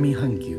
南半球。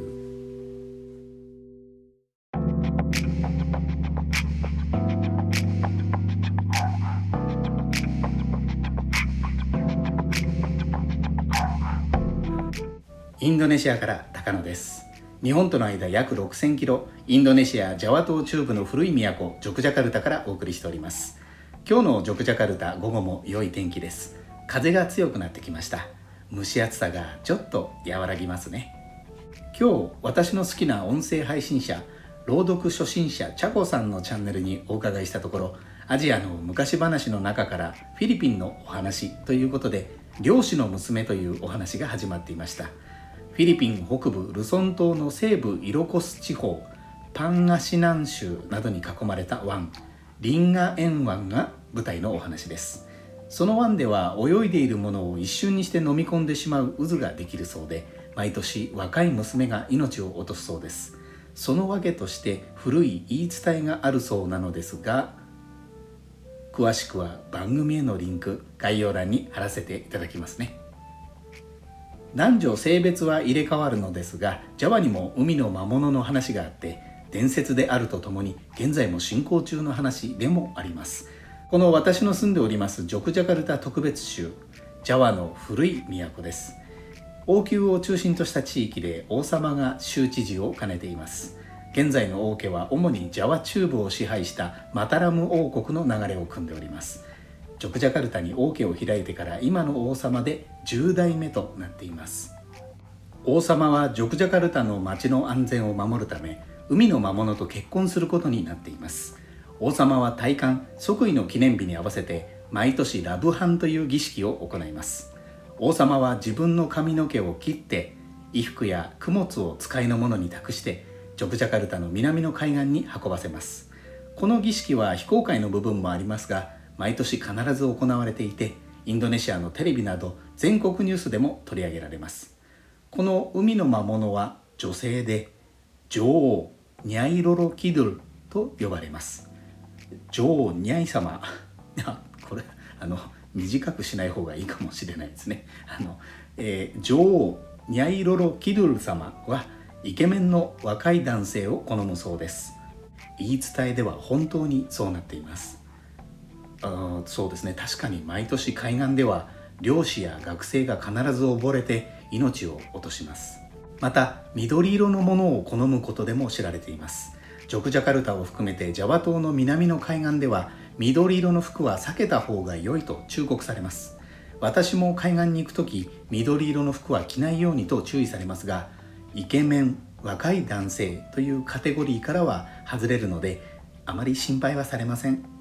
インドネシアから高野です。日本との間約6000キロ、インドネシアジャワ島中部の古い都ジョクジャカルタからお送りしております。今日のジョクジャカルタ、午後も良い天気です。風が強くなってきました。蒸し暑さがちょっと和らぎますね。今日私の好きな音声配信者、朗読初心者チャコさんのチャンネルにお伺いしたところ、アジアの昔話の中からフィリピンのお話ということで、漁師の娘というお話が始まっていました。フィリピン北部ルソン島の西部イロコス地方、パンガシナン州などに囲まれた湾、リンガエン湾が舞台のお話です。その湾では泳いでいるものを一瞬にして飲み込んでしまう渦ができるそうで、毎年若い娘が命を落とすそうです。その訳として古い言い伝えがあるそうなのですが、詳しくは番組へのリンク、概要欄に貼らせていただきますね。男女性別は入れ替わるのですが、ジャワにも海の魔物の話があって、伝説であるとともに現在も進行中の話でもあります。この私の住んでおりますジョクジャカルタ特別州、ジャワの古い都です。王宮を中心とした地域で王様が州知事を兼ねています。現在の王家は主にジャワ中部を支配したマタラム王国の流れを組んでおります。ジョクジャカルタに王家を開いてから今の王様で10代目となっています。王様はジョクジャカルタの町の安全を守るため、海の魔物と結婚することになっています。王様は戴冠即位の記念日に合わせて毎年ラブハンという儀式を行います。王様は自分の髪の毛を切って衣服や供物を使いの者に託してジョクジャカルタの南の海岸に運ばせます。この儀式は非公開の部分もありますが、毎年必ず行われていて、インドネシアのテレビなど全国ニュースでも取り上げられます。この海の魔物は女性で、女王ニャイロロキドゥルと呼ばれます。女王ニャイ様これ短くしない方がいいかもしれないですね。女王ニャイロロキドゥル様はイケメンの若い男性を好むそうです。言い伝えでは本当にそうなっています。そうですね、確かに毎年海岸では漁師や学生が必ず溺れて命を落とします。また緑色のものを好むことでも知られています。ジョクジャカルタを含めてジャワ島の南の海岸では緑色の服は避けた方が良いと忠告されます。私も海岸に行くとき緑色の服は着ないようにと注意されますが、イケメン、若い男性というカテゴリーからは外れるので、あまり心配はされません。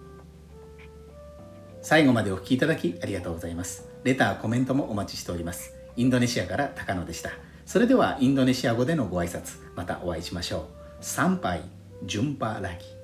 最後までお聞きいただきありがとうございます。レター、コメントもお待ちしております。インドネシアから高野でした。それではインドネシア語でのご挨拶、またお会いしましょう。サンパイ、ジュンパラギ。